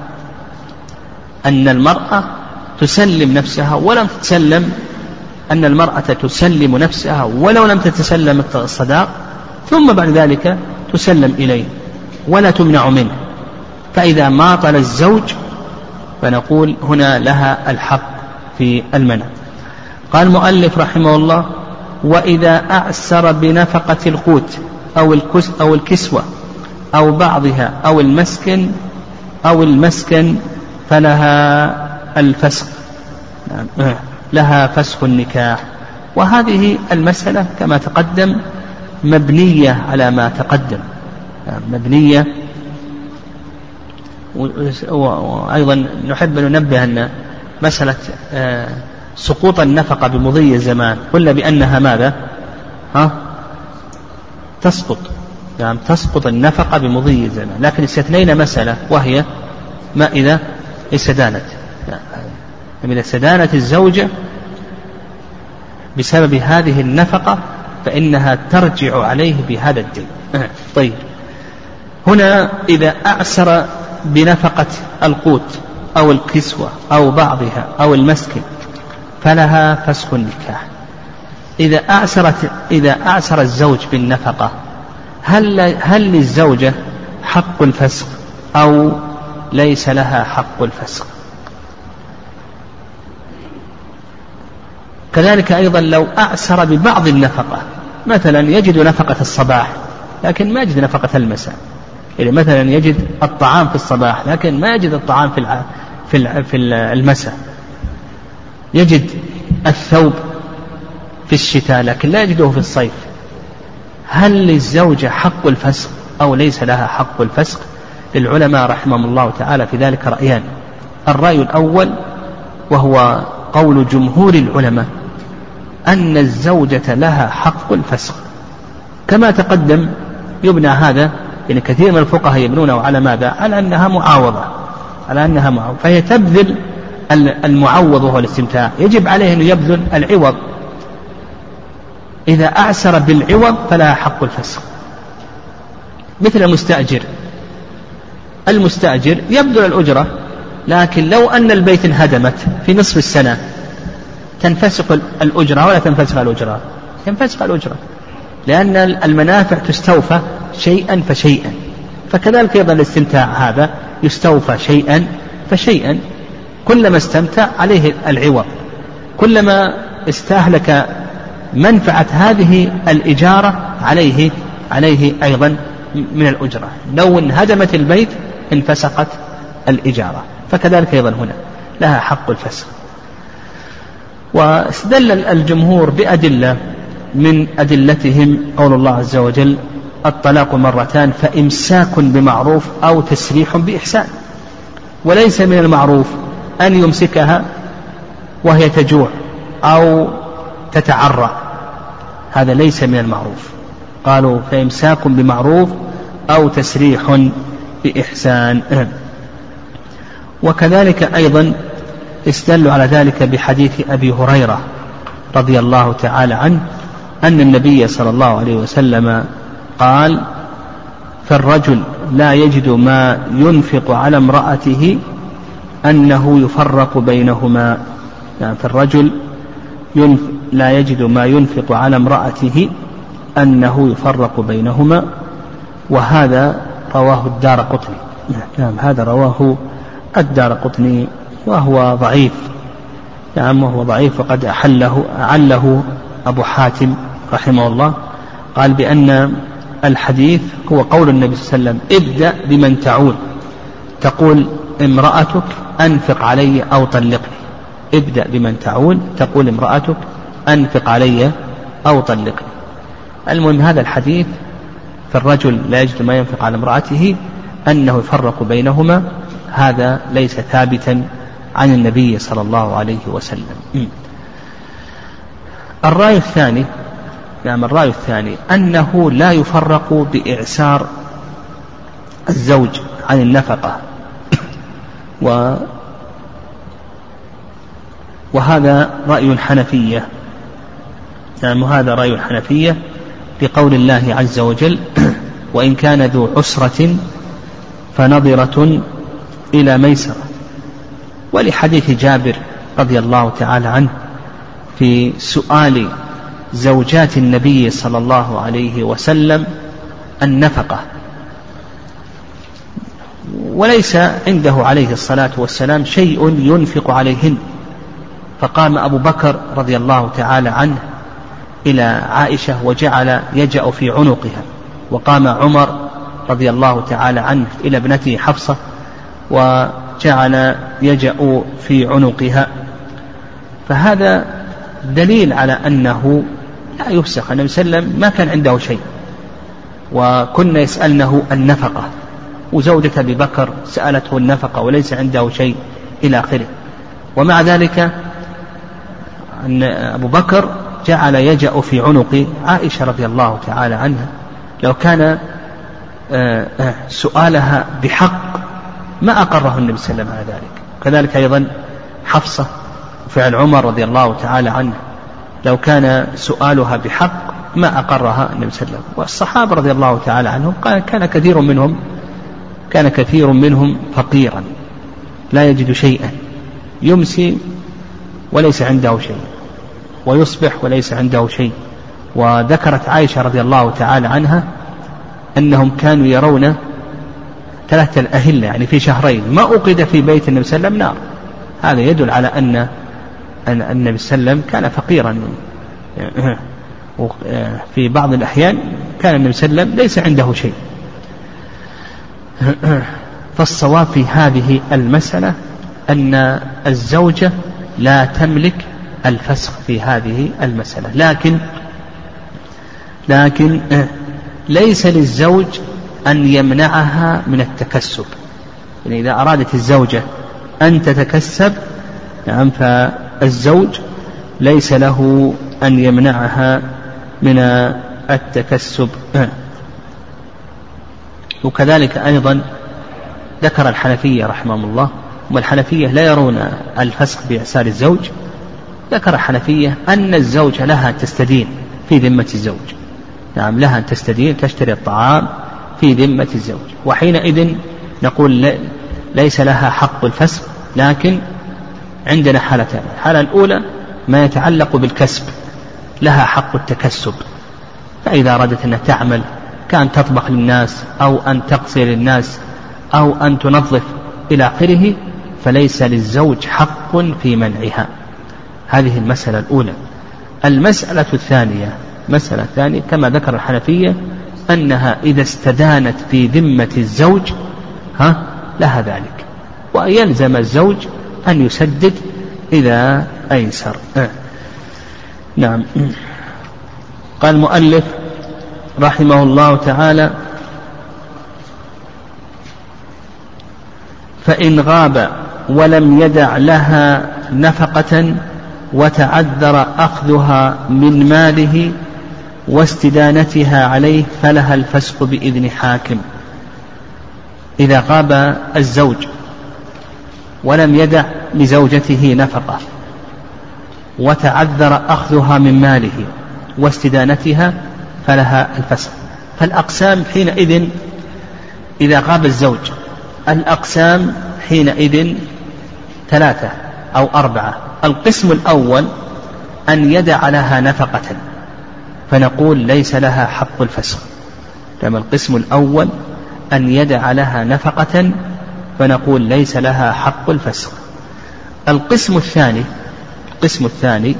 أن المرأة تسلم نفسها ولم تتسلم، أن المرأة تسلم نفسها ولو لم تتسلم الصداق ثم بعد ذلك تسلم إليه ولا تمنع منه، فإذا ماطل الزوج فنقول هنا لها الحق في المنع. قال المؤلف رحمه الله وإذا أعسر بنفقة القوت أو الكسوة أو بعضها أو المسكن فلها الفسخ، لها فسخ النكاح. وهذه المسألة كما تقدم مبنية على ما تقدم، مبنية. وأيضا نحب أن ننبه أن مسألة سقوط النفقة بمضي الزمان قلنا بأنها ماذا؟ تسقط، يعني تسقط النفقة بمضي الزمان، لكن استثنينا مسألة وهي ما إذا استدانت، إذا استدانت الزوجة بسبب هذه النفقة فإنها ترجع عليه بهذا الدين. طيب، هنا إذا أعسر بنفقة القوت أو الكسوة أو بعضها أو المسكن فلها فسخ النكاح. إذا أعسر الزوج بالنفقة هل للزوجة حق الفسخ أو ليس لها حق الفسخ؟ كذلك أيضا لو أعسر ببعض النفقة، مثلا يجد نفقة الصباح لكن ما يجد نفقة المساء، يعني مثلا يجد الطعام في الصباح لكن ما يجد الطعام في المساء، يجد الثوب في الشتاء لكن لا يجده في الصيف، هل للزوجة حق الفسخ أو ليس لها حق الفسخ؟ للعلماء رحمهم الله تعالى في ذلك رأيان. الرأي الأول وهو قول جمهور العلماء أن الزوجة لها حق الفسخ، كما تقدم يبنى هذا، يعني كثير من الفقهاء يبنونه على ماذا؟ على أنها معاوضة، فهي تبذل المعوض وهو الاستمتاع، يجب عليه أن يبذل العوض. إذا أعسر بالعوض فلها حق الفسخ، مثل المستأجر يبذل الأجرة، لكن لو أن البيت انهدمت في نصف السنة تنفسخ الأجرة ولا تنفسخ الأجرة؟ تنفسخ الأجرة، لأن المنافع تستوفى شيئا فشيئا، فكذلك أيضا الاستمتاع هذا يستوفى شيئا فشيئا، كلما استمتع عليه العوض، كلما استهلك منفعة هذه الإجارة عليه أيضا من الأجرة. لو انهدمت البيت انفسقت الإجارة، فكذلك أيضا هنا لها حق الفسخ. واستدل الجمهور بأدلة من أدلتهم قول الله عز وجل: الطلاق مرتان فإمساك بمعروف أو تسريح بإحسان. وليس من المعروف أن يمسكها وهي تجوع أو تتعرى، هذا ليس من المعروف. قالوا فإمساك بمعروف أو تسريح بإحسان. وكذلك أيضا استدلوا على ذلك بحديث أبي هريرة رضي الله تعالى عنه أن النبي صلى الله عليه وسلم قال: فالرجل لا يجد ما ينفق على امرأته أنه يفرق بينهما، يعني فالرجل لا يجد ما ينفق على امرأته أنه يفرق بينهما. وهذا رواه الدارقطني، نعم هذا رواه الدارقطني وهو ضعيف، نعم وهو ضعيف، وقد أعله أبو حاتم رحمه الله، قال بأن الحديث هو قول النبي صلى الله عليه وسلم: ابدأ بمن تعول، تقول امرأتك أنفق علي أو طلقني. ابدأ بمن تعول، تقول امرأتك أنفق علي أو طلقني. المهم هذا الحديث فالرجل لا يجد ما ينفق على امرأته أنه يفرق بينهما، هذا ليس ثابتا عن النبي صلى الله عليه وسلم. الرأي الثاني، نعم الرأي الثاني أنه لا يفرق بإعسار الزوج عن النفقة، وهذا رأي الحنفية، نعم وهذا رأي الحنفية لقول الله عز وجل: وإن كان ذو عسرة فنظرة إلى ميسرة، ولحديث جابر رضي الله تعالى عنه في سؤال زوجات النبي صلى الله عليه وسلم النفقة، وليس عنده عليه الصلاة والسلام شيء ينفق عليهن، فقام أبو بكر رضي الله تعالى عنه إلى عائشة وجعل يجأ في عنقها، وقام عمر رضي الله تعالى عنه إلى ابنته حفصة وجعل يجأ في عنقها. فهذا دليل على أنه لا يفسخ. النبي صلى الله عليه وسلم ما كان عنده شيء، وكنا يسألنه النفقة، وزوجة أبي بكر سألته النفقة وليس عنده شيء إلى آخره. ومع ذلك أن أبو بكر جعل يجأ في عنق عائشة رضي الله تعالى عنها، لو كان سؤالها بحق ما أقره النبي صلى الله عليه وسلم على ذلك. كذلك أيضا حفصة وفعل عمر رضي الله تعالى عنه، لو كان سؤالها بحق ما أقرها النبي صلى الله عليه وسلم. والصحابة رضي الله تعالى عنهم كان كثير منهم فقيرا لا يجد شيئا، يمسي وليس عنده شيء ويصبح وليس عنده شيء. وذكرت عائشة رضي الله تعالى عنها أنهم كانوا يرون 3 الأهلة، يعني في شهرين ما أوقد في بيت النبي صلى الله عليه وسلم نار. هذا يدل على أن النبي صلى الله عليه وسلم كان فقيرا. في بعض الأحيان كان النبي صلى الله عليه وسلم ليس عنده شيء. فالصواب في هذه المسألة أن الزوجة لا تملك الفسخ في هذه المسألة، لكن ليس للزوج أن يمنعها من التكسب. يعني إذا أرادت الزوجة أن تتكسب نعم فالزوج ليس له أن يمنعها من التكسب. وكذلك أيضا ذكر الحنفية رحمهم الله، والحنفية لا يرون الفسخ بإعسار الزوج. ذكر الحنفية أن الزوجة لها تستدين في ذمة الزوج، نعم لها أن تستدين تشتري الطعام في ذمة الزوج، وحينئذ نقول ليس لها حق الفسخ. لكن عندنا حالتان: الحالة الأولى ما يتعلق بالكسب، لها حق التكسب، فإذا أرادت أن تعمل كأن تطبخ للناس أو أن تغسل للناس أو أن تنظف إلى آخره، فليس للزوج حق في منعها. هذه المسألة الأولى. المسألة الثانية كما ذكر الحنفية أنها إذا استدانت في ذمة الزوج لها ذلك، ويلزم الزوج أن يسدد إذا أيسر. نعم. قال المؤلف رحمه الله تعالى: فإن غاب ولم يدع لها نفقة وتعذر أخذها من ماله واستدانتها عليه فلها الفسق بإذن حاكم. إذا غاب الزوج ولم يدع لزوجته نفقة وتعذر أخذها من ماله واستدانتها فلها الفسق. فالأقسام حينئذ إذا غاب الزوج، الأقسام حينئذ 3 أو 4. القسم الأول أن يدع لها نفقة فنقول ليس لها حق الفسخ. كما القسم الأول أن يدع لها نفقة فنقول ليس لها حق الفسخ. القسم الثاني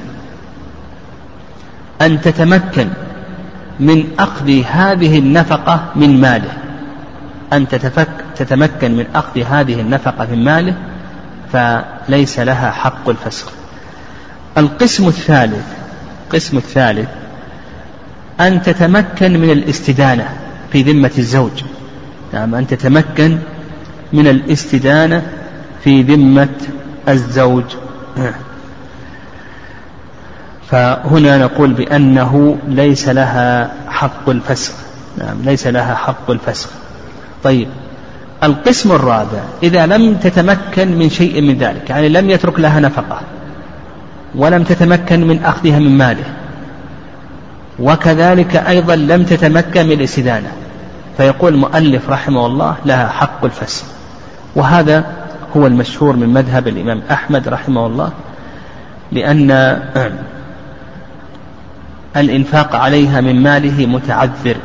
أن تتمكن من أخذ هذه النفقة من ماله، أن تتمكن من أخذ هذه النفقة من ماله فليس لها حق الفسخ. القسم الثالث أن تتمكن من الاستدانة في ذمة الزوج، نعم أن تتمكن من الاستدانة في ذمة الزوج، فهنا نقول بأنه ليس لها حق الفسخ، نعم ليس لها حق الفسخ. طيب القسم الرابع إذا لم تتمكن من شيء من ذلك، يعني لم يترك لها نفقة ولم تتمكن من أخذها من ماله، وكذلك أيضا لم تتمكن من الاستدانة، فيقول المؤلف رحمه الله لها حق الفسخ. وهذا هو المشهور من مذهب الإمام أحمد رحمه الله، لأن الإنفاق عليها من ماله متعذر،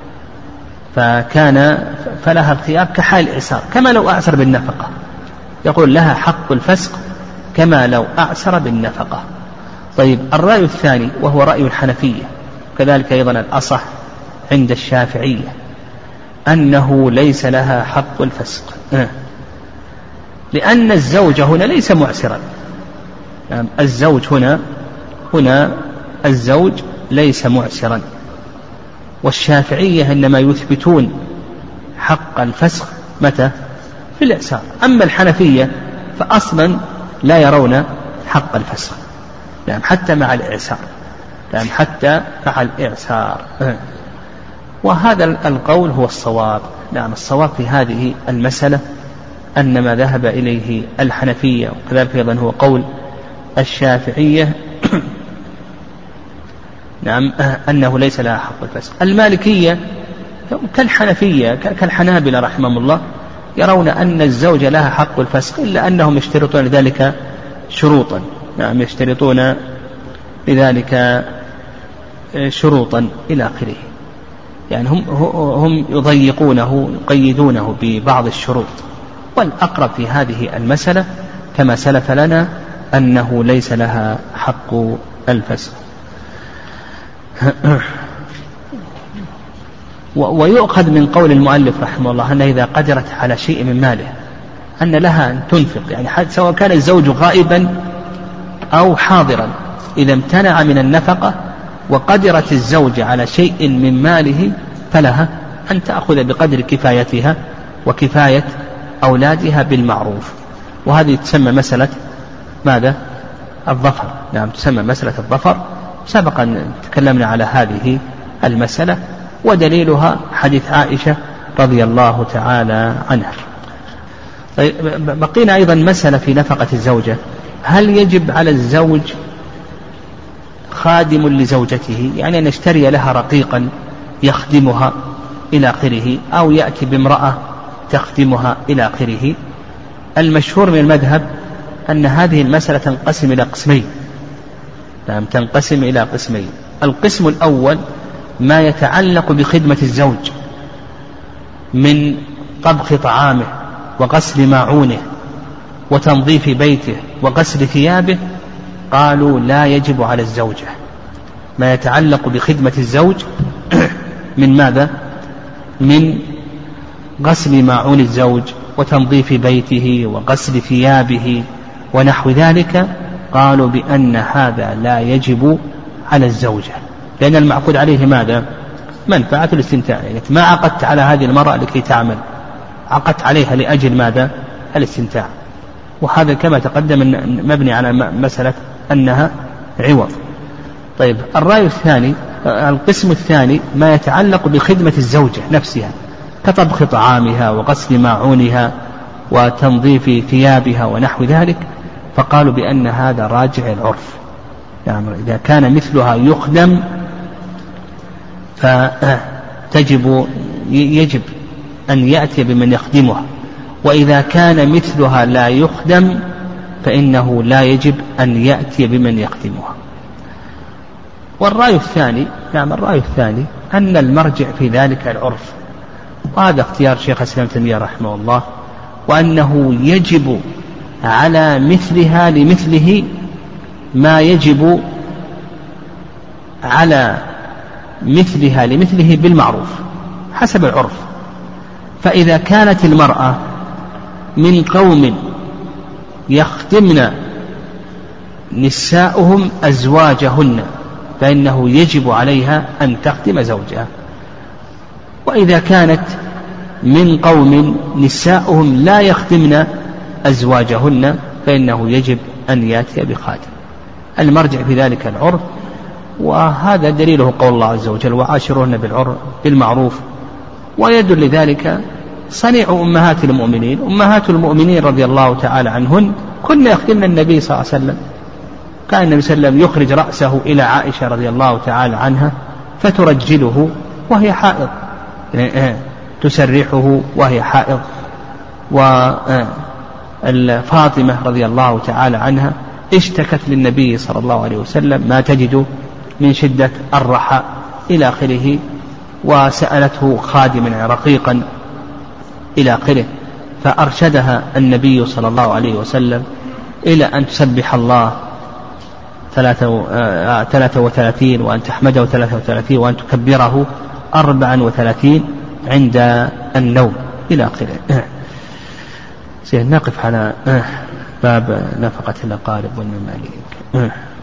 فلها الخيار كحال الإعسار، كما لو أعسر بالنفقة، يقول لها حق الفسق كما لو أعسر بالنفقة. طيب الرأي الثاني وهو رأي الحنفية، كذلك أيضا الأصح عند الشافعية، أنه ليس لها حق الفسق، لأن الزوج هنا ليس معسرا، الزوج هنا الزوج ليس معسرا، والشافعية إنما يثبتون حق الفسخ متى؟ في الإعسار. أما الحنفية فأصلا لا يرون حق الفسخ، نعم حتى مع الإعسار، نعم حتى مع الإعسار. وهذا القول هو الصواب. نعم الصواب في هذه المسألة أن ما ذهب إليه الحنفية وكذلك أيضا هو قول الشافعية نعم أنه ليس لها حق الفسخ. المالكية كالحنفية كالحنابلة رحمهم الله يرون أن الزوجة لها حق الفسخ، إلا أنهم يشترطون لذلك شروطا، نعم يشترطون لذلك شروطا إلى آخره، يعني هم يضيقونه يقيدونه ببعض الشروط. والأقرب في هذه المسألة كما سلف لنا أنه ليس لها حق الفسخ. ويؤخذ من قول المؤلف رحمه الله أنه إذا قدرت على شيء من ماله أن لها أن تنفق، يعني سواء كان الزوج غائبا أو حاضرا، إذا امتنع من النفقة وقدرت الزوجة على شيء من ماله فلها أن تأخذ بقدر كفايتها وكفاية أولادها بالمعروف. وهذه تسمى مسألة ماذا؟ الظفر. نعم تسمى مسألة الظفر. سبقا تكلمنا على هذه المسألة ودليلها حديث عائشة رضي الله تعالى عنها. طيب بقينا أيضا مسألة في نفقة الزوجة، هل يجب على الزوج خادم لزوجته، يعني أن يشتري لها رقيقا يخدمها إلى آخره، أو يأتي بامرأة تخدمها إلى آخره؟ المشهور من المذهب أن هذه المسألة تنقسم إلى قسمين. نعم تنقسم إلى قسمين. القسم الأول ما يتعلق بخدمة الزوج من طبخ طعامه وغسل ماعونه وتنظيف بيته وغسل ثيابه، قالوا لا يجب على الزوجة. ما يتعلق بخدمة الزوج من ماذا؟ من غسل ماعون الزوج وتنظيف بيته وغسل ثيابه ونحو ذلك، قالوا بأن هذا لا يجب على الزوجة، لأن المعقود عليه ماذا؟ منفعة الاستمتاع. يعني ما عقدت على هذه المرأة لكي تعمل، عقدت عليها لأجل ماذا؟ الاستمتاع. وهذا كما تقدم مبني على مسألة أنها عوض. طيب الرأي الثاني، القسم الثاني ما يتعلق بخدمة الزوجة نفسها كطبخ طعامها وغسل ماعونها وتنظيف ثيابها ونحو ذلك، فقالوا بأن هذا راجع العرف. يعني إذا كان مثلها يخدم يجب أن يأتي بمن يخدمها، وإذا كان مثلها لا يخدم فإنه لا يجب أن يأتي بمن يخدمها. والرأي الثاني، نعم الرأي الثاني أن المرجع في ذلك العرف، وهذا اختيار شيخ الإسلام تيمية رحمه الله، وأنه يجب على مثلها لمثله ما يجب على مثلها لمثله بالمعروف حسب العرف. فإذا كانت المرأة من قوم يخدمن نساؤهم أزواجهن فإنه يجب عليها أن تخدم زوجها. وإذا كانت من قوم نساؤهم لا يخدمن أزواجهن فإنه يجب أن يأتي بخادم. المرجع في ذلك العرف، وهذا دليله قول الله عز وجل وعاشرهن بالمعروف. ويدل لذلك صنيع أمهات المؤمنين. أمهات المؤمنين رضي الله تعالى عنهن كن يخدمن النبي صلى الله عليه وسلم. كان النبي صلى الله عليه وسلم يخرج رأسه إلى عائشة رضي الله تعالى عنها فترجله وهي حائض، تسرحه وهي حائض. وفاطمة رضي الله تعالى عنها اشتكت للنبي صلى الله عليه وسلم ما تجد من شدة الرحى إلى آخره، وسألته خادما رقيقا إلى آخره، فأرشدها النبي صلى الله عليه وسلم إلى أن تسبح الله 33 وأن تحمده 33 وأن تكبره 34 عند النوم إلى آخره. نقف على باب نفقة الأقارب والمماليك.